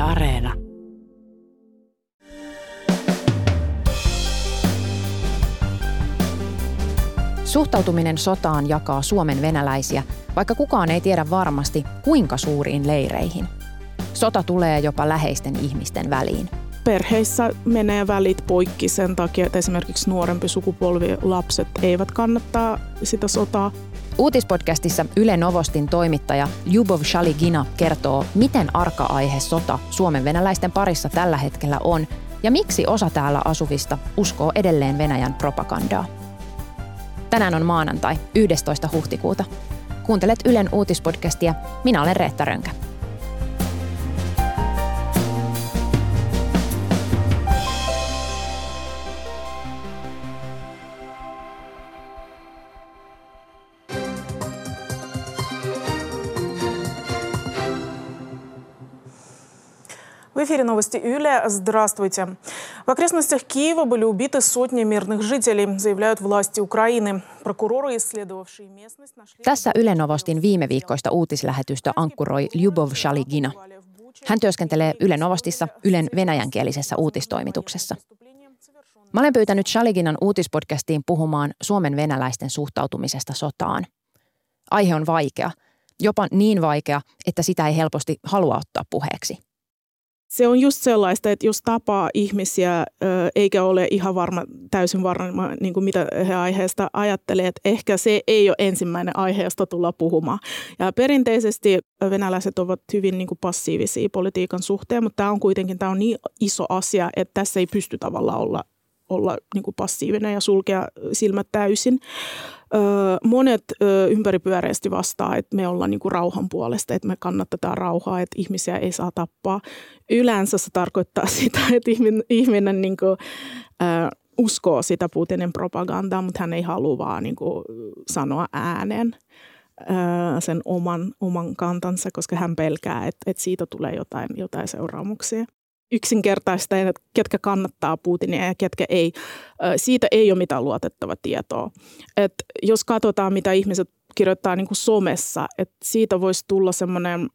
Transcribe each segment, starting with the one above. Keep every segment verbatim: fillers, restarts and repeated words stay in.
Areena. Suhtautuminen sotaan jakaa Suomen venäläisiä, vaikka kukaan ei tiedä varmasti, kuinka suuriin leireihin. Sota tulee jopa läheisten ihmisten väliin. Perheissä menee välit poikki sen takia, että esimerkiksi nuorempi sukupolvi, lapset eivät kannattaa sitä sotaa. Uutispodcastissa Yle Novostin toimittaja Lyubov Shaligina kertoo, miten arka aihe sota Suomen venäläisten parissa tällä hetkellä on ja miksi osa täällä asuvista uskoo edelleen Venäjän propagandaa. Tänään on maanantai, yhdestoista huhtikuuta. Kuuntelet Ylen uutispodcastia. Minä olen Reetta Rönkä. В эфире новости Юлия. Здравствуйте. В окрестностях Киева были убиты сотни мирных жителей, заявляют власти Украины. Прокуроры, исследовавшие местность, нашли... Tässä Yle Novostin viime viikkoista uutislähetystä ankkuroi Lyubov Shaligina. Hän työskentelee Yle Novostissa Ylen venäjänkielisessä uutistoimituksessa. Mä olen pyytänyt Shaliginan uutispodcastiin puhumaan Suomen venäläisten suhtautumisesta sotaan. Aihe on vaikea, jopa niin vaikea, että sitä ei helposti halua ottaa puheeksi. Se on just sellaista, että jos tapaa ihmisiä eikä ole ihan varma, täysin varma, niin kuin mitä he aiheesta ajattelee, että ehkä se ei ole ensimmäinen aihe, josta tulla puhumaan. Ja perinteisesti venäläiset ovat hyvin niin kuin passiivisia politiikan suhteen, mutta tämä on kuitenkin tämä on niin iso asia, että tässä ei pysty tavallaan olla, olla niin kuin passiivinen ja sulkea silmät täysin. Monet ympäripyöreästi vastaa, että me ollaan niinku rauhan puolesta, että me kannatetaan rauhaa, että ihmisiä ei saa tappaa. Yleensä se tarkoittaa sitä, että ihminen, ihminen niinku, äh, uskoo sitä Putinin propagandaa, mutta hän ei halua vaan niinku sanoa ääneen äh, sen oman, oman kantansa, koska hän pelkää, että, että siitä tulee jotain, jotain seuraamuksia. Yksinkertaista, että ketkä kannattaa Putinia ja ketkä ei. Siitä ei ole mitään luotettavaa tietoa. Et jos katsotaan, mitä ihmiset kirjoittaa niin kuin somessa, että siitä voisi tulla semmoinen,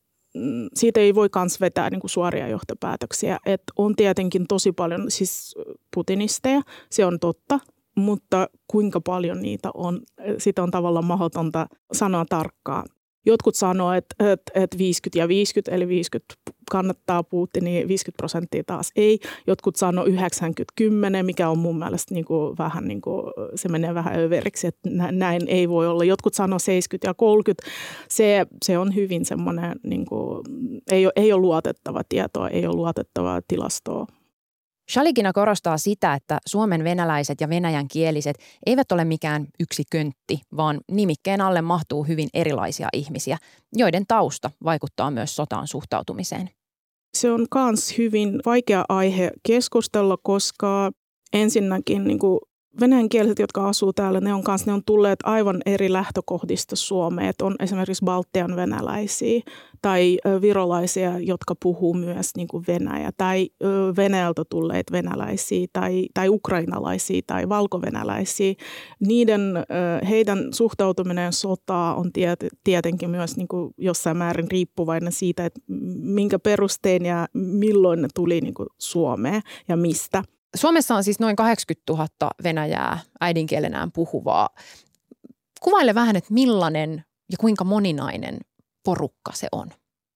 siitä ei voi kans vetää niin kuin suoria johtopäätöksiä. Et on tietenkin tosi paljon siis putinisteja, se on totta, mutta kuinka paljon niitä on, sitä on tavallaan mahdotonta sanoa tarkkaan. Jotkut sanoo, että, että, että viisikymmentä ja viisikymmentä, eli viisikymmentä kannattaa Putinia, viisikymmentä prosenttia taas ei. Jotkut sanoo yhdeksänkymmentä kymmenen, mikä on mun mielestä niin kuin vähän niin kuin, se menee vähän överiksi, että näin ei voi olla. Jotkut sanoo seitsemänkymmentä ja kolmekymmentä. Se, se on hyvin semmoinen, niin kuin, ei, ole, ei ole luotettava tietoa, ei ole luotettavaa tilastoa. Shaligina korostaa sitä, että Suomen venäläiset ja venäjänkieliset eivät ole mikään yksi köntti, vaan nimikkeen alle mahtuu hyvin erilaisia ihmisiä, joiden tausta vaikuttaa myös sotaan suhtautumiseen. Se on myös hyvin vaikea aihe keskustella, koska ensinnäkin niin kuin venäjänkieliset, jotka asuu täällä, ne on, kans, ne on tulleet aivan eri lähtökohdista Suomeen. Et on esimerkiksi Baltian venäläisiä tai virolaisia, jotka puhuu myös niin kuin venäjä, tai Venäjältä tulleet venäläisiä tai, tai ukrainalaisia tai valkovenäläisiä. Niiden, heidän suhtautuminen sotaan on tietenkin myös niin kuin jossain määrin riippuvainen siitä, että minkä perustein ja milloin ne tuli niin kuin Suomeen ja mistä. Suomessa on siis noin kahdeksankymmentätuhatta venäjää äidinkielenään puhuvaa. Kuvaile vähän, että millainen ja kuinka moninainen porukka se on.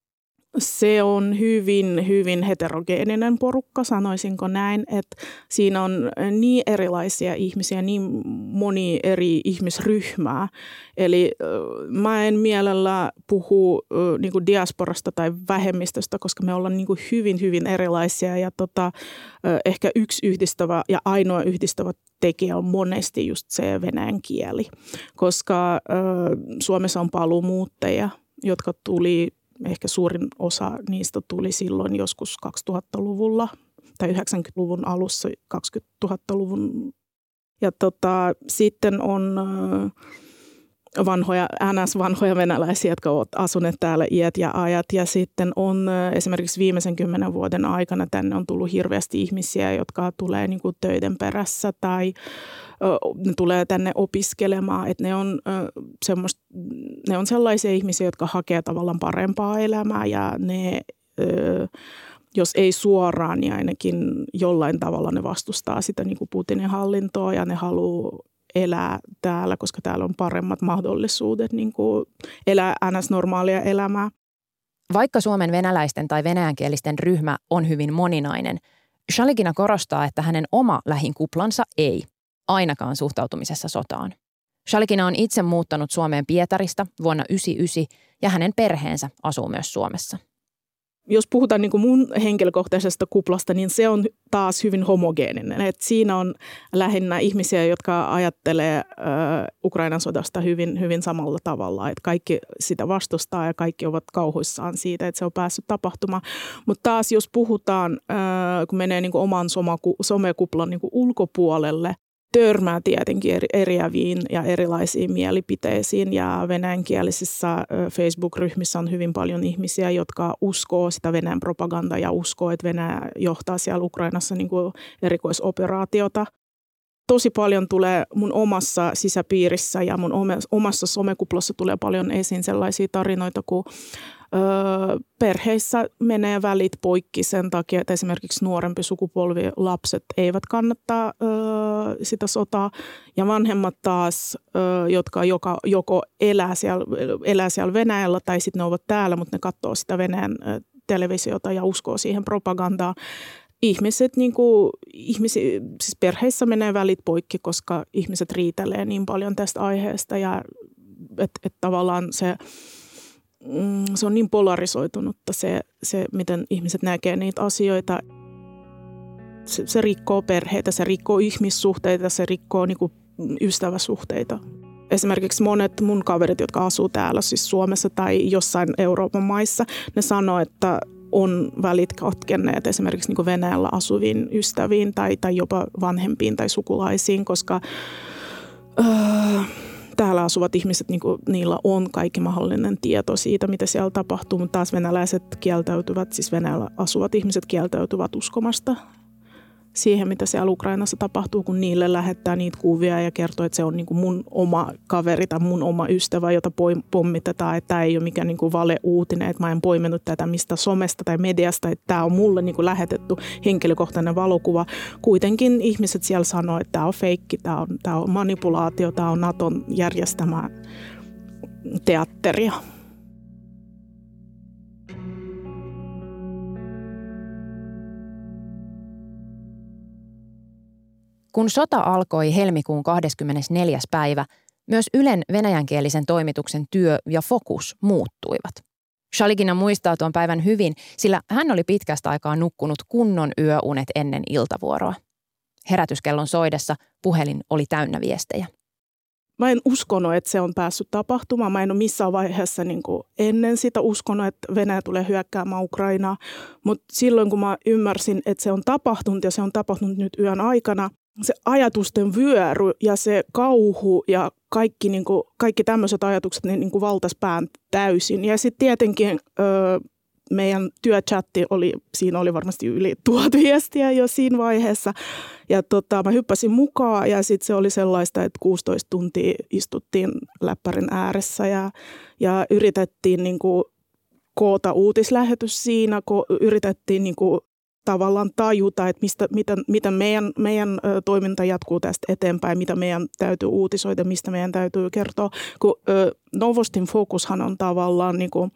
Se on hyvin, hyvin heterogeeninen porukka, sanoisinko näin, että siinä on niin erilaisia ihmisiä, niin moni eri ihmisryhmää. Eli mä en mielellä puhu niin kuin diasporasta tai vähemmistöstä, koska me ollaan niin kuin hyvin, hyvin erilaisia ja tota, ehkä yksi yhdistävä ja ainoa yhdistävä tekijä on monesti just se venäjän kieli, koska Suomessa on paluumuuttajia, jotka tuli ehkä suurin osa niistä tuli silloin joskus kaksituhattaluvulla tai yhdeksänkymmentäluvun alussa, kaksituhattaluvun. Ja tota, sitten on vanhoja, N S-vanhoja venäläisiä, jotka ovat asuneet täällä iät ja ajat. Ja sitten on esimerkiksi viimeisen kymmenen vuoden aikana tänne on tullut hirveästi ihmisiä, jotka tulee niin kuin töiden perässä tai ne tulee tänne opiskelemaan. Että ne on, ne on sellaisia ihmisiä, jotka hakee tavallaan parempaa elämää ja ne jos ei suoraan, niin ainakin jollain tavalla ne vastustaa sitä niin kuin Putinin hallintoa ja ne haluaa elää täällä, koska täällä on paremmat mahdollisuudet niin kuin elää ns. Normaalia elämää. Vaikka Suomen venäläisten tai venäjänkielisten ryhmä on hyvin moninainen, Shaligina korostaa, että hänen oma lähin kuplansa ei, ainakaan suhtautumisessa sotaan. Shaligina on itse muuttanut Suomeen Pietarista vuonna yhdeksänkymmentäyhdeksän ja hänen perheensä asuu myös Suomessa. Jos puhutaan niin kuin mun henkilökohtaisesta kuplasta, niin se on taas hyvin homogeeninen. Et siinä on lähinnä ihmisiä, jotka ajattelee äh, Ukrainan sodasta hyvin, hyvin samalla tavalla. Et kaikki sitä vastustaa ja kaikki ovat kauhuissaan siitä, että se on päässyt tapahtumaan. Mutta taas jos puhutaan, äh, kun menee niin kuin oman somekuplan niin kuin ulkopuolelle, törmää tietenkin eri, eriäviin ja erilaisiin mielipiteisiin ja venäjänkielisissä Facebook-ryhmissä on hyvin paljon ihmisiä, jotka uskoo sitä Venäjän propagandaa ja uskoo, että Venäjä johtaa siellä Ukrainassa niin kuin erikoisoperaatiota. Tosi paljon tulee mun omassa sisäpiirissä ja mun omassa somekuplassa tulee paljon esiin sellaisia tarinoita, kun Öö, perheissä menee välit poikki sen takia, että esimerkiksi nuorempi sukupolvi lapset eivät kannattaa öö, sitä sotaa. Ja vanhemmat taas, öö, jotka joka, joko elää siellä, elää siellä Venäjällä tai sitten ne ovat täällä, mutta ne katsoo sitä Venäjän ö, televisiota ja uskoo siihen propagandaan. Ihmiset, niin kuin, ihmisi, siis perheissä menee välit poikki, koska ihmiset riitelee niin paljon tästä aiheesta ja että et tavallaan se... Se on niin polarisoitunutta se, se, miten ihmiset näkee niitä asioita. Se, se rikkoo perheitä, se rikkoo ihmissuhteita, se rikkoo niin kuin ystäväsuhteita. Esimerkiksi monet mun kaverit, jotka asuu täällä siis Suomessa tai jossain Euroopan maissa, ne sanoo, että on välit katkenneet esimerkiksi niin kuin Venäjällä asuviin ystäviin tai, tai jopa vanhempiin tai sukulaisiin, koska... Öö, Täällä asuvat ihmiset, niin kuin, niillä on kaikki mahdollinen tieto siitä, mitä siellä tapahtuu, mutta taas venäläiset kieltäytyvät, siis Venäjällä asuvat ihmiset kieltäytyvät uskomasta siihen, mitä siellä Ukrainassa tapahtuu, kun niille lähettää niitä kuvia ja kertoo, että se on niin kuin mun oma kaveri tai mun oma ystävä, jota pommitetaan, että tämä ei ole mikään niin kuin valeuutinen, että mä en poiminut tätä mistä somesta tai mediasta, että tämä on mulle niin kuin lähetetty henkilökohtainen valokuva. Kuitenkin ihmiset siellä sanoo, että tämä on feikki, tämä on, tämä on manipulaatio, tämä on Naton järjestämää teatteria. Kun sota alkoi helmikuun kahdeskymmenesneljäs päivä, myös Ylen venäjänkielisen toimituksen työ ja fokus muuttuivat. Shaligina muistaa tuon päivän hyvin, sillä hän oli pitkästä aikaa nukkunut kunnon yöunet ennen iltavuoroa. Herätyskellon soidessa puhelin oli täynnä viestejä. Mä en uskonut, että se on päässyt tapahtumaan. Mä en ole missään vaiheessa niin kuin ennen sitä uskonut, että Venäjä tulee hyökkäämään Ukrainaa. Mutta silloin, kun mä ymmärsin, että se on tapahtunut ja se on tapahtunut nyt yön aikana, se ajatusten vyöry ja se kauhu ja kaikki, niin kuin, kaikki tämmöiset ajatukset ne niin kuin valtas pään täysin. Ja sitten tietenkin ö, meidän työchatti oli, siinä oli varmasti yli tuhat viestiä jo siinä vaiheessa. Ja tota, mä hyppäsin mukaan ja sitten se oli sellaista, että kuusitoista tuntia istuttiin läppärin ääressä ja, ja yritettiin niin kuin koota uutislähetys siinä, ko- yritettiin niin kuin tavallaan tajuta, että mistä, miten, miten meidän, meidän ö, toiminta jatkuu tästä eteenpäin, mitä meidän täytyy uutisoida, mistä meidän täytyy kertoa. Kun ö, Novostin fokushan on tavallaan niin kuin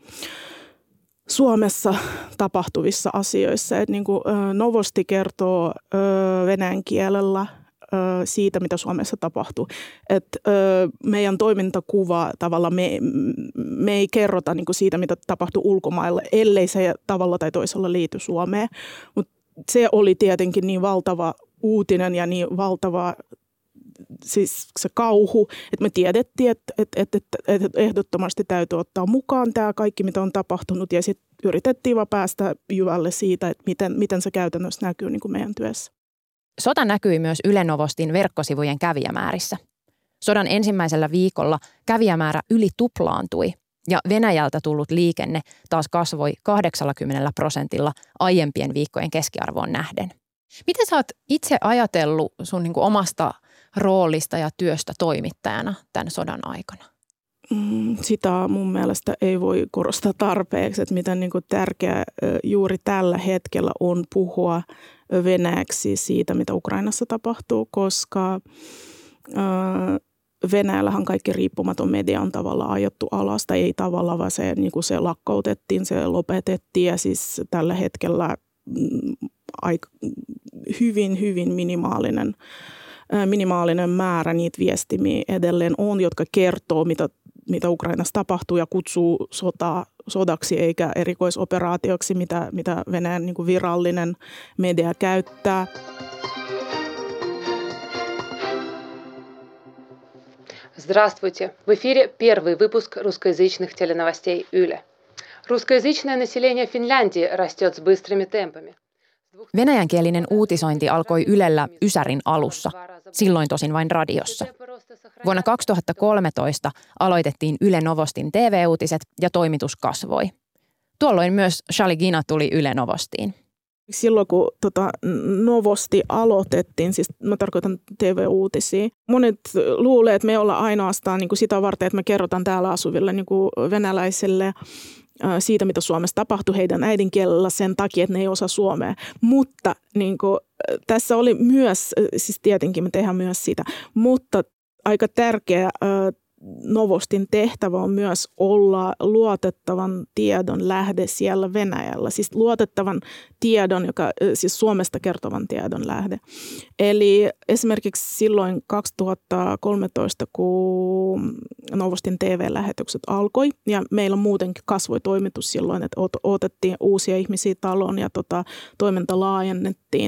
Suomessa tapahtuvissa asioissa. Et niin kuin, ö, Novosti kertoo ö, venäjän kielellä ö, siitä, mitä Suomessa tapahtuu. Et, ö, meidän toimintakuva tavallaan me, me ei kerrota niin kuin siitä, mitä tapahtuu ulkomailla, ellei se tavalla tai toisella liity Suomeen. Mutta se oli tietenkin niin valtava uutinen ja niin valtava siis se kauhu, että me tiedettiin, että, että, että, että ehdottomasti täytyy ottaa mukaan tämä kaikki, mitä on tapahtunut, ja sitten yritettiin vaan päästä jyvälle siitä, että miten, miten se käytännössä näkyy niin kuin meidän työssä. Sota näkyi myös Yle Novostin verkkosivujen kävijämäärissä. Sodan ensimmäisellä viikolla kävijämäärä yli tuplaantui, ja Venäjältä tullut liikenne taas kasvoi kahdeksankymmentä prosentilla aiempien viikkojen keskiarvoon nähden. Miten sä oot itse ajatellut sun niin kuin omasta roolista ja työstä toimittajana tämän sodan aikana? Sitä mun mielestä ei voi korostaa tarpeeksi, että miten niin kuin tärkeää juuri tällä hetkellä on puhua venäjäksi siitä, mitä Ukrainassa tapahtuu, koska Venäjällähän kaikki riippumaton media on tavallaan ajettu alas, tai ei tavallaan, vaan se, niin kuin se lakkautettiin, se lopetettiin ja siis tällä hetkellä aika hyvin, hyvin minimaalinen, minimaalinen määrä niitä viestimiä edelleen on, jotka kertoo, mitä, mitä Ukrainassa tapahtuu ja kutsuu sotaa, sodaksi eikä erikoisoperaatioksi, mitä, mitä Venäjän niin kuin virallinen media käyttää. Здравствуйте! В эфире первый выпуск русскоязычных теленовостей Yle. Русскоязычное население Финляндии растет с быстрыми темпами. Venäjänkielinen uutisointi alkoi Ylellä Ysärin alussa, silloin tosin vain radiossa. Vuonna kaksituhattakolmetoista aloitettiin Yle Novostin T V-uutiset ja toimitus kasvoi. Tuolloin myös Shaligina tuli Yle Novostiin. Silloin kun tota, Novosti aloitettiin, siis mä tarkoitan T V-uutisia, monet luulee, että me ollaan ainoastaan niin kuin sitä varten, että me kerrotaan täällä asuville niin kuin venäläisille siitä, mitä Suomessa tapahtui heidän äidinkielellä sen takia, että ne ei osaa suomea. Mutta niin kuin, tässä oli myös, siis tietenkin me tehdään myös sitä, mutta aika tärkeä Novostin tehtävä on myös olla luotettavan tiedon lähde siellä Venäjällä. Siis luotettavan tiedon, joka, siis Suomesta kertovan tiedon lähde. Eli esimerkiksi silloin kaksituhattakolmetoista, kun Novostin T V-lähetykset alkoi, ja meillä muutenkin kasvoi toimitus silloin, että otettiin uusia ihmisiä taloon ja tota, toiminta laajennettiin.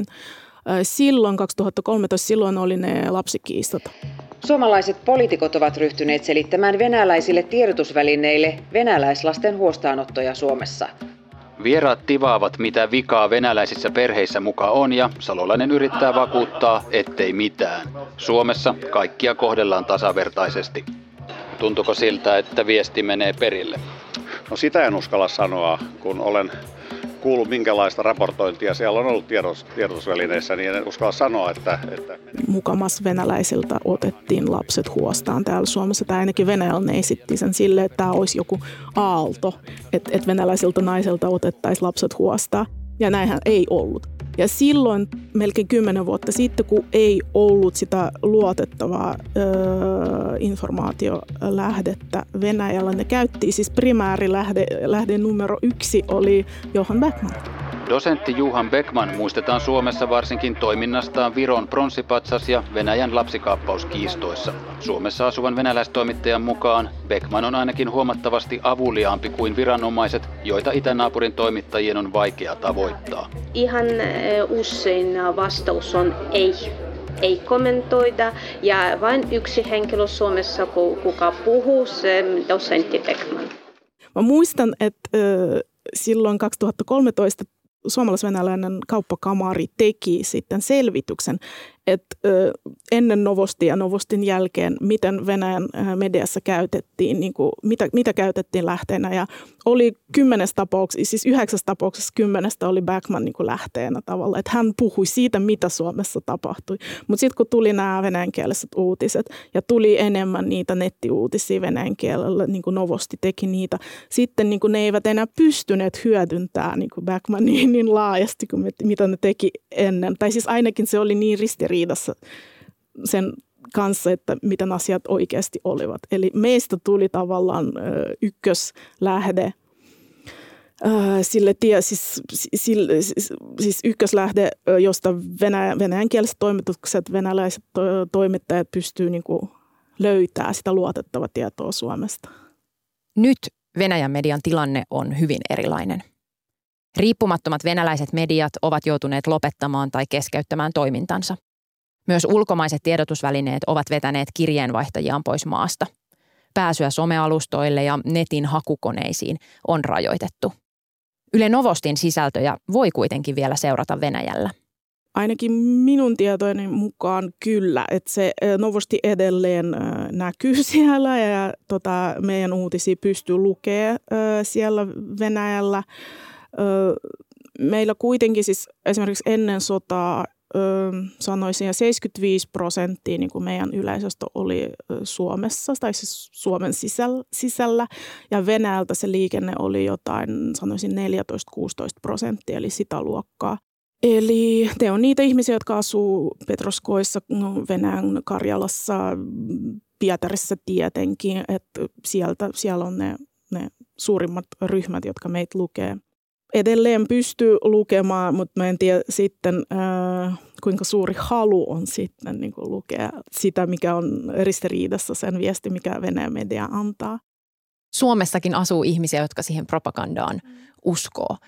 Silloin kaksituhattakolmetoista silloin oli ne lapsikiistat. Suomalaiset poliitikot ovat ryhtyneet selittämään venäläisille tiedotusvälineille venäläislasten huostaanottoja Suomessa. Vieraat tivaavat, mitä vikaa venäläisissä perheissä muka on, ja Salolainen yrittää vakuuttaa, ettei mitään. Suomessa kaikkia kohdellaan tasavertaisesti. Tuntuuko siltä, että viesti menee perille? No sitä en uskalla sanoa, kun olen kuullut minkälaista raportointia siellä on ollut tiedos, tiedotusvälineissä, niin en uskalla sanoa, että... että... Mukamas venäläisiltä otettiin lapset huostaan täällä Suomessa. Tai ainakin Venäjällä esitti sen sille, että tämä olisi joku aalto, että, että venäläisiltä naisilta otettaisiin lapset huostaan. Ja näinhän ei ollut. Ja silloin melkein kymmenen vuotta sitten, kun ei ollut sitä luotettavaa ö, informaatiolähdettä Venäjällä, ne käyttiin siis primäärilähde lähde numero yksi oli Johan Backman. Dosentti Johan Backman muistetaan Suomessa varsinkin toiminnastaan Viron pronssipatsas ja Venäjän lapsikaappauskiistoissa. Suomessa asuvan venäläistoimittajan mukaan Backman on ainakin huomattavasti avuliaampi kuin viranomaiset, joita itänaapurin toimittajien on vaikea tavoittaa. Ihan usein vastaus on ei. Ei kommentoida ja vain yksi henkilö Suomessa, kuka puhuu, se dosentti Backman. Mä muistan, että äh, silloin kaksituhattakolmetoista suomalais-venäläinen kauppakamari teki sitten selvityksen, että ennen Novostia ja Novostin jälkeen, miten Venäjän mediassa käytettiin, niin kuin, mitä, mitä käytettiin lähteenä. Ja oli kymmenes tapauksessa, siis yhdeksäs tapauksessa kymmenestä oli Backman niin kuin lähteenä tavallaan, että hän puhui siitä, mitä Suomessa tapahtui. Mutta sitten kun tuli nämä venäjänkieliset uutiset ja tuli enemmän niitä nettiuutisia venäjän kielellä, niin kuin Novosti teki niitä, sitten niin kuin ne eivät enää pystyneet hyödyntämään niin kuin Backmania niin laajasti kuin mitä ne teki ennen. Tai siis ainakin se oli niin ristiriidassa sen kanssa, että miten asiat oikeasti olivat. Eli meistä tuli tavallaan ö, ykköslähde, ö, sille tie, siis, sille, siis, siis ykköslähde, josta venäjä, venäjänkieliset toimitukset, venäläiset to, toimittajat pystyy niinku löytämään sitä luotettavaa tietoa Suomesta. Nyt Venäjän median tilanne on hyvin erilainen. Riippumattomat venäläiset mediat ovat joutuneet lopettamaan tai keskeyttämään toimintansa. Myös ulkomaiset tiedotusvälineet ovat vetäneet kirjeenvaihtajiaan pois maasta. Pääsyä somealustoille ja netin hakukoneisiin on rajoitettu. Yle Novostin sisältöjä voi kuitenkin vielä seurata Venäjällä. Ainakin minun tietojeni mukaan kyllä, että se Novosti edelleen näkyy siellä ja tota, meidän uutisia pystyy lukemaan siellä Venäjällä. Meillä kuitenkin siis esimerkiksi ennen sotaa ö, sanoisin, ja seitsemänkymmentäviisi prosenttia niin kuin meidän yleisöstä oli Suomessa, tai siis Suomen sisällä, sisällä, ja Venäjältä se liikenne oli jotain, sanoisin neljätoista kuusitoista prosenttia, eli sitä luokkaa. Eli ne on niitä ihmisiä, jotka asuu Petroskoissa, no Venäjän Karjalassa, Pietarissa tietenkin, että sieltä, siellä on ne, ne suurimmat ryhmät, jotka meitä lukee. Edelleen pystyy lukemaan, mutta mä en tiedä sitten, äh, kuinka suuri halu on sitten niin kuin lukea sitä, mikä on ristiriidassa sen viesti, mikä Venäjän media antaa. Suomessakin asuu ihmisiä, jotka siihen propagandaan uskoo.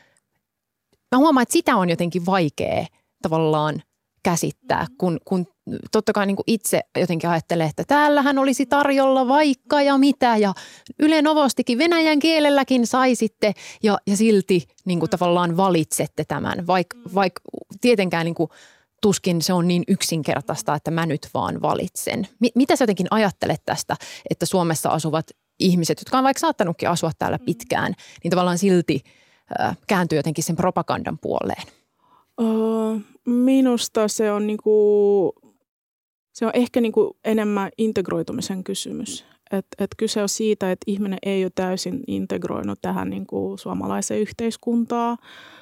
Mä huomaan, että sitä on jotenkin vaikea tavallaan käsittää, kun, kun totta kai niin kuin itse jotenkin ajattelee, että täällähän olisi tarjolla vaikka ja mitä ja Yle Novostikin venäjän kielelläkin saisitte ja, ja silti niin kuin tavallaan valitsette tämän, vaikka vaik, tietenkään niin kuin tuskin se on niin yksinkertaista, että mä nyt vaan valitsen. M- mitä sä jotenkin ajattelet tästä, että Suomessa asuvat ihmiset, jotka on vaikka saattanutkin asua täällä pitkään, niin tavallaan silti äh, kääntyy jotenkin sen propagandan puoleen? Uh, minusta se on, niinku, se on ehkä niinku enemmän integroitumisen kysymys. Et, et kyse on siitä, että ihminen ei ole täysin integroinut tähän niinku suomalaiseen yhteiskuntaan.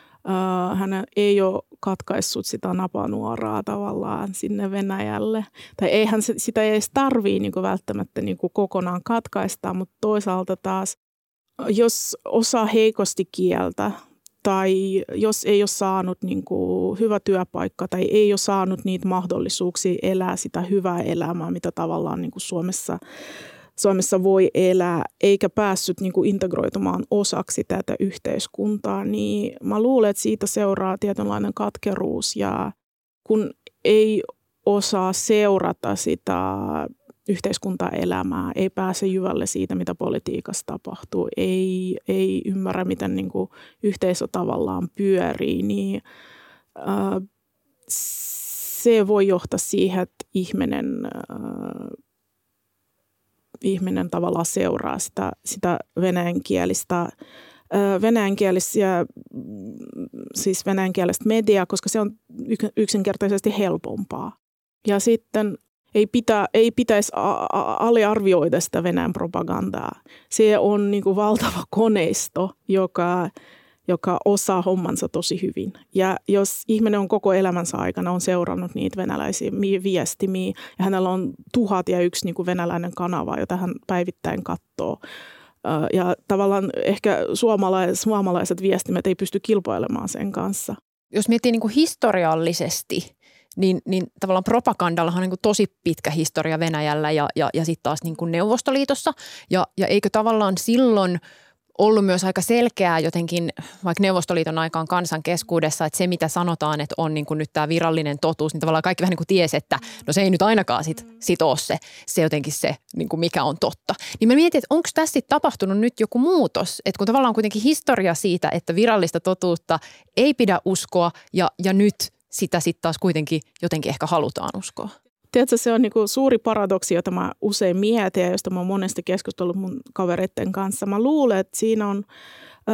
Uh, hän ei ole katkaissut sitä napanuoraa tavallaan sinne Venäjälle. Tai eihän se, sitä ei edes tarvitse niinku välttämättä niinku kokonaan katkaista, mutta toisaalta taas, jos osaa heikosti kieltä, tai jos ei ole saanut niin kuin hyvä työpaikka tai ei ole saanut niitä mahdollisuuksia elää sitä hyvää elämää, mitä tavallaan niin kuin Suomessa, Suomessa voi elää, eikä päässyt niin kuin integroitumaan osaksi tätä yhteiskuntaa, niin mä luulen, että siitä seuraa tietynlainen katkeruus. Ja kun ei osaa seurata sitä yhteiskuntaelämää, ei pääse jyvälle siitä, mitä politiikassa tapahtuu, ei, ei ymmärrä, miten niin kuin yhteisö tavallaan pyörii, niin äh, se voi johtaa siihen, että ihminen, äh, ihminen tavallaan seuraa sitä, sitä venäjänkielistä, äh, venäjänkielisiä, siis venäjänkielistä mediaa, koska se on yksinkertaisesti helpompaa. Ja sitten Ei, pitä, ei pitäisi aliarvioida sitä Venäjän propagandaa. Se on niin kuin valtava koneisto, joka, joka osaa hommansa tosi hyvin. Ja jos ihminen on koko elämänsä aikana on seurannut niitä venäläisiä viestimiä, ja hänellä on tuhat ja yksi niin kuin venäläinen kanava, jota hän päivittäin katsoo. Ja tavallaan ehkä suomalaiset, suomalaiset viestimet ei pysty kilpailemaan sen kanssa. Jos miettii niin kuin historiallisesti, Niin, niin tavallaan propagandallahan on niin kuin tosi pitkä historia Venäjällä ja, ja, ja sitten taas niin kuin Neuvostoliitossa. Ja, ja eikö tavallaan silloin ollut myös aika selkeää jotenkin vaikka Neuvostoliiton aikaan kansan keskuudessa, että se mitä sanotaan, että on niin kuin nyt tämä virallinen totuus, niin tavallaan kaikki vähän niin kuin tiesi, että no se ei nyt ainakaan sit, sit ole se, se jotenkin se, niin kuin mikä on totta. Niin mä mietin, että onko tässä sitten tapahtunut nyt joku muutos, että kun tavallaan on kuitenkin historia siitä, että virallista totuutta ei pidä uskoa ja, ja nyt sitä sitten taas kuitenkin jotenkin ehkä halutaan uskoa. Tiedätkö, se on niinku suuri paradoksi, jota mä usein mietin ja josta mä oon monesti keskustellut mun kavereiden kanssa. Mä luulen, että siinä on ö,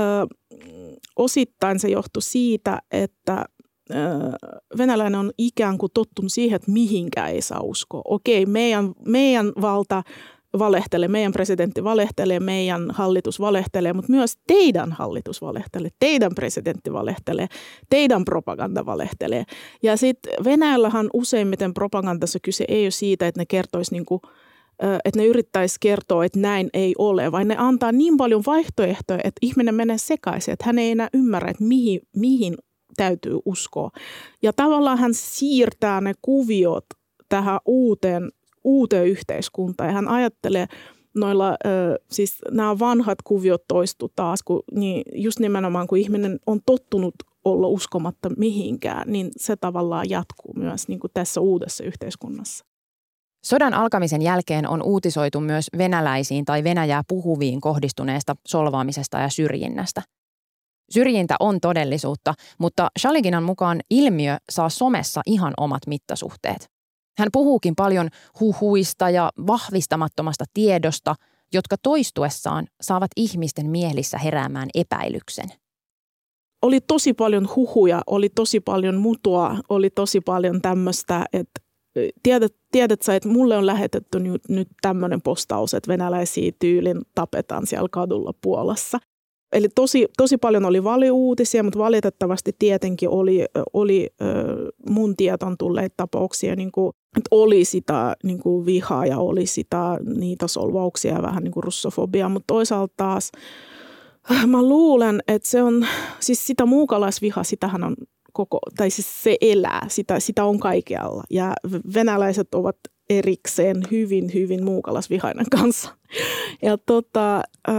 osittain se johtuu siitä, että ö, venäläinen on ikään kuin tottunut siihen, että mihinkään ei saa uskoa. Okei, meidän, meidän valta valehtelee, meidän presidentti valehtelee, meidän hallitus valehtelee, mutta myös teidän hallitus valehtelee, teidän presidentti valehtelee, teidän propaganda valehtelee. Ja sitten Venäjällähän useimmiten propagandassa kyse ei ole siitä, että ne kertoisi niinku, että ne yrittäisi kertoa, että näin ei ole, vaan ne antaa niin paljon vaihtoehtoja, että ihminen menee sekaisin, että hän ei enää ymmärrä, että mihin, mihin täytyy uskoa. Ja tavallaan hän siirtää ne kuviot tähän uuteen uuteen yhteiskuntaan. Ja hän ajattelee, noilla, äh, siis nämä vanhat kuviot toistu taas, kun, niin just nimenomaan kun ihminen on tottunut olla uskomatta mihinkään, niin se tavallaan jatkuu myös niin kuin tässä uudessa yhteiskunnassa. Sodan alkamisen jälkeen on uutisoitu myös venäläisiin tai venäjää puhuviin kohdistuneesta solvaamisesta ja syrjinnästä. Syrjintä on todellisuutta, mutta Shaliginan mukaan ilmiö saa somessa ihan omat mittasuhteet. Hän puhuukin paljon huhuista ja vahvistamattomasta tiedosta, jotka toistuessaan saavat ihmisten mielissä heräämään epäilyksen. oli tosi paljon huhuja, oli tosi paljon mutua, oli tosi paljon tämmöistä, että tiedät, tiedät sä, että mulle on lähetetty nyt, nyt tämmöinen postaus, että venäläisiä tyylin tapetaan siellä kadulla Puolassa. Eli tosi, tosi paljon oli valiuutisia, mutta valitettavasti tietenkin oli, oli mun tietoon tulleita tapauksia, niin kuin, että oli sitä niin kuin vihaa ja oli sitä niitä solvauksia ja vähän niin kuin russofobiaa, mutta toisaalta taas mä luulen, että se on, siis sitä muukalaisvihaa, sitähän on koko, tai siis se elää, sitä, sitä on kaikkialla. Ja venäläiset ovat erikseen hyvin, hyvin muukalaisvihainen kanssa. Ja tota,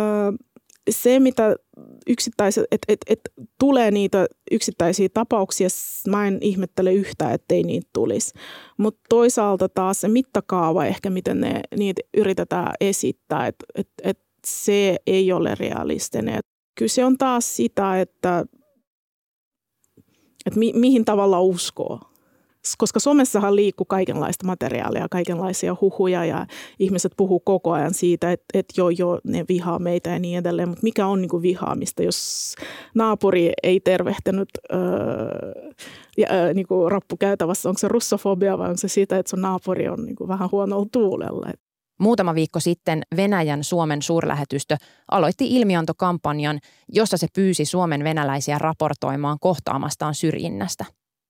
se, mitä yksittäiset, että et, et tulee niitä yksittäisiä tapauksia, mä en ihmettele yhtään, ettei niitä tulisi. Mutta toisaalta taas se mittakaava ehkä, miten ne, niitä yritetään esittää, että et, et se ei ole realistinen. Kyllä se on taas sitä, että, että mi, mihin tavalla uskoo. Koska somessahan liikkuu kaikenlaista materiaalia, kaikenlaisia huhuja ja ihmiset puhuu koko ajan siitä, että, että joo, joo, ne vihaa meitä ja niin edelleen. Mutta mikä on niin kuin vihaamista, jos naapuri ei tervehtänyt öö, ja, öö, niin kuin rappukäytävässä, onko se russofobia vai onko se sitä, että sun naapuri on niin kuin vähän huonolla tuulella. Muutama viikko sitten Venäjän Suomen suurlähetystö aloitti ilmiantokampanjan, jossa se pyysi Suomen venäläisiä raportoimaan kohtaamastaan syrjinnästä.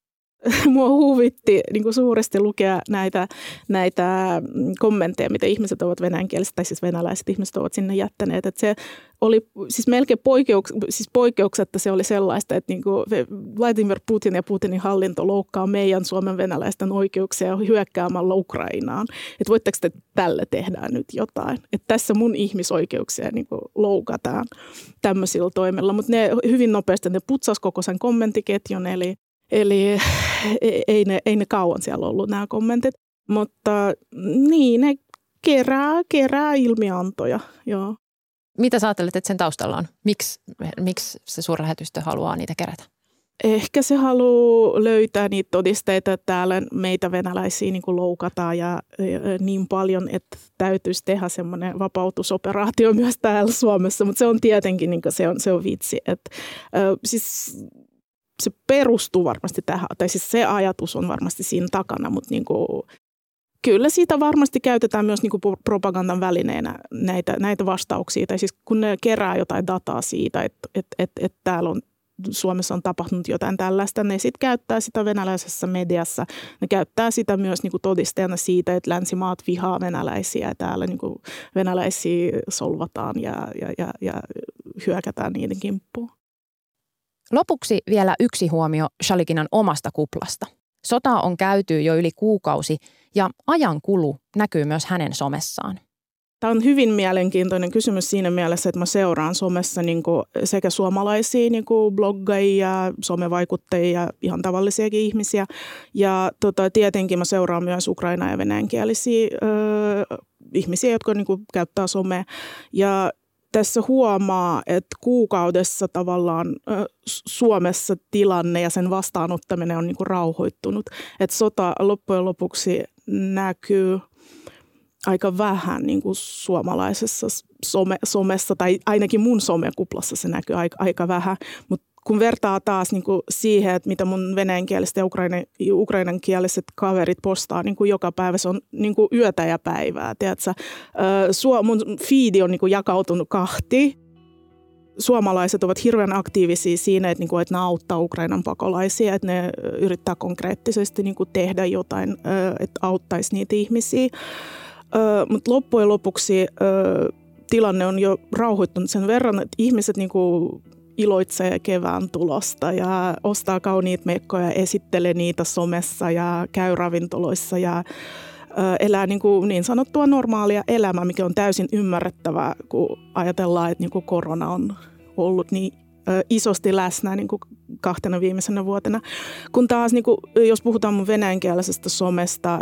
Mua huvitti niin kuin suuresti lukea näitä, näitä kommentteja, mitä ihmiset ovat venäjänkieliset, tai siis venäläiset ihmiset ovat sinne jättäneet. Että se oli siis melkein poikkeuks, siis poikkeuksetta se oli sellaista, että niin kuin Vladimir Putin ja Putinin hallinto loukkaa meidän Suomen venäläisten oikeuksia hyökkäämällä Ukrainaan. Että voitteko te tälle tehdään nyt jotain? Että tässä mun ihmisoikeuksia niin kuin loukataan tämmöisillä toimilla. Mutta ne hyvin nopeasti ne putsasi koko sen kommenttiketjun, eli Eli ei ne, ei ne kauan siellä ollut nämä kommentit, mutta niin ne kerää, kerää ilmiantoja, joo. Mitä sä ajattelet, että sen taustalla on? Miks, miksi se suurlähetystö haluaa niitä kerätä? Ehkä se haluaa löytää niitä todisteita, että täällä meitä venäläisiä niin kuin loukataan ja, ja niin paljon, että täytyisi tehdä semmoinen vapautusoperaatio myös täällä Suomessa, mutta se on tietenkin niin kuin se, on, se on vitsi, että äh, siis se perustuu varmasti tähän, tai siis se ajatus on varmasti siinä takana, mutta niin kuin, kyllä siitä varmasti käytetään myös niin kuin propagandan välineenä näitä, näitä vastauksia. Tai siis kun ne kerää jotain dataa siitä, että, että, että, että täällä on, Suomessa on tapahtunut jotain tällaista, ne sitten käyttää sitä venäläisessä mediassa. Ne käyttää sitä myös niin kuin todisteena siitä, että länsimaat vihaa venäläisiä ja täällä niin kuin venäläisiä solvataan ja, ja, ja, ja hyökätään niiden kimppuun. Lopuksi vielä yksi huomio Shaliginan omasta kuplasta. Sotaa on käyty jo yli kuukausi ja ajankulu näkyy myös hänen somessaan. Tämä on hyvin mielenkiintoinen kysymys siinä mielessä, että mä seuraan somessa niin kuin sekä suomalaisia niin kuin bloggaajia, somevaikuttajia ja ihan tavallisiakin ihmisiä. Ja tota, tietenkin mä seuraan myös ukraina- ja venäjänkielisiä öö, ihmisiä, jotka niin kuin käyttää somea. Ja tässä huomaa, että kuukaudessa tavallaan ö, Suomessa tilanne ja sen vastaanottaminen on niin kuin rauhoittunut. Että sota loppujen lopuksi näkyy aika vähän niin kuin suomalaisessa some, somessa, tai ainakin mun somekuplassa se näkyy aika, aika vähän. Mutta kun vertaa taas niin kuin siihen, että mitä mun venäjänkieliset ja ukraina, ukrainankieliset kaverit postaa niin kuin joka päivä, se on niin kuin yötä ja päivää. Tiedätkö? Ö, mun feedi on niin kuin jakautunut kahti. Suomalaiset ovat hirveän aktiivisia siinä, että, niin kuin, että ne auttaa Ukrainan pakolaisia, että ne yrittää konkreettisesti niin kuin tehdä jotain, että auttaisi niitä ihmisiä. Mutta loppujen lopuksi ö, tilanne on jo rauhoittunut sen verran, että ihmiset niin kuin iloitsee kevään tulosta ja ostaa kauniit mekkoja, esittelee niitä somessa ja käy ravintoloissa ja ö, elää niin, kuin niin sanottua normaalia elämää, mikä on täysin ymmärrettävää, kun ajatellaan, että niin kuin korona on ollut niin isosti läsnä niin kuin kahtena viimeisenä vuotena. Kun taas, niin kuin, jos puhutaan mun venäjänkielisestä somesta,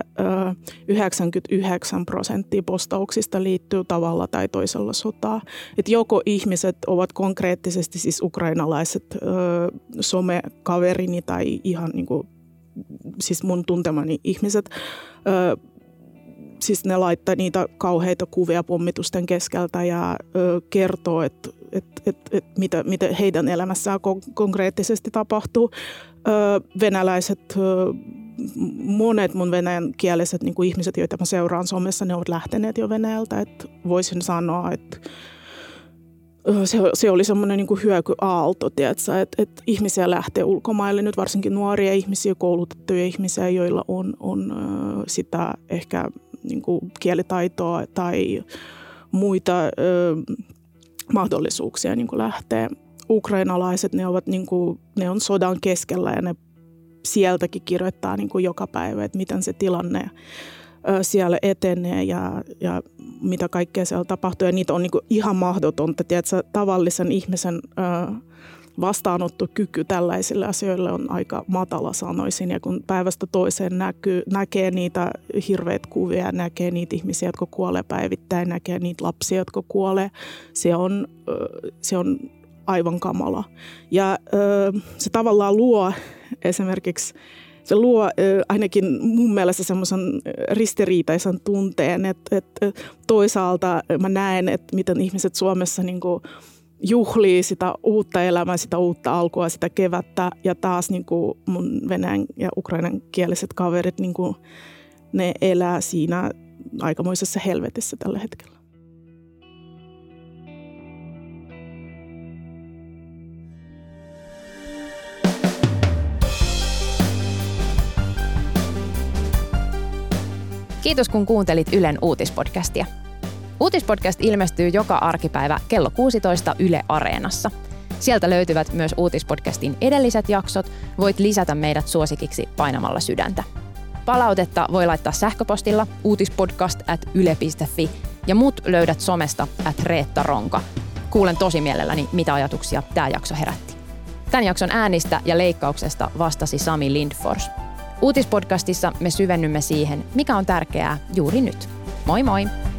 yhdeksänkymmentäyhdeksän prosenttia postauksista liittyy tavalla tai toisella sotaan. Että joko ihmiset ovat konkreettisesti siis ukrainalaiset somekaverini tai ihan niin kuin, siis mun tuntemani ihmiset, siis ne laittaa niitä kauheita kuvia pommitusten keskeltä ja kertoo, että että et, et mitä, mitä heidän elämässään konkreettisesti tapahtuu. Venäläiset, monet mun venäjänkieliset niin kuin ihmiset, joita mä seuraan somessa, ne ovat lähteneet jo Venäjältä. Että voisin sanoa, että se, se oli semmoinen niin kuin hyökyaalto, että et ihmisiä lähtee ulkomaille, nyt varsinkin nuoria ihmisiä, koulutettuja ihmisiä, joilla on, on sitä ehkä niin kuin kielitaitoa tai muita ö, mahdollisuuksia niin kuin lähteä. Ukrainalaiset, ne, ovat, niin kuin, ne on sodan keskellä ja ne sieltäkin kirjoittaa niin kuin joka päivä, että miten se tilanne ö, siellä etenee ja, ja mitä kaikkea siellä tapahtuu. Ja niitä on niin kuin ihan mahdotonta, tiedätkö, tavallisen ihmisen ö, vastaanottokyky tällaisille asioille on aika matala, sanoisin. Ja kun päivästä toiseen näkyy, näkee niitä hirveitä kuvia, näkee niitä ihmisiä, jotka kuolee päivittäin, näkee niitä lapsia, jotka kuolee, se on, se on aivan kamala. Ja se tavallaan luo esimerkiksi, se luo ainakin mun mielestä semmoisen ristiriitaisen tunteen, että, että toisaalta mä näen, että miten ihmiset Suomessa niin kuin juhlii sitä uutta elämää, sitä uutta alkua, sitä kevättä ja taas niin kuin mun venäjän ja ukrainan kieliset kaverit, niin kuin ne elää siinä aikamoisessa helvetissä tällä hetkellä. Kiitos kun kuuntelit Ylen uutispodcastia. Uutispodcast ilmestyy joka arkipäivä kello kuusitoista Yle Areenassa. Sieltä löytyvät myös uutispodcastin edelliset jaksot. Voit lisätä meidät suosikiksi painamalla sydäntä. Palautetta voi laittaa sähköpostilla uutispodcast at yle piste fi ja mut löydät somesta at Reetta Ronka. Kuulen tosi mielelläni, mitä ajatuksia tämä jakso herätti. Tämän jakson äänistä ja leikkauksesta vastasi Sami Lindfors. Uutispodcastissa me syvennymme siihen, mikä on tärkeää juuri nyt. Moi moi!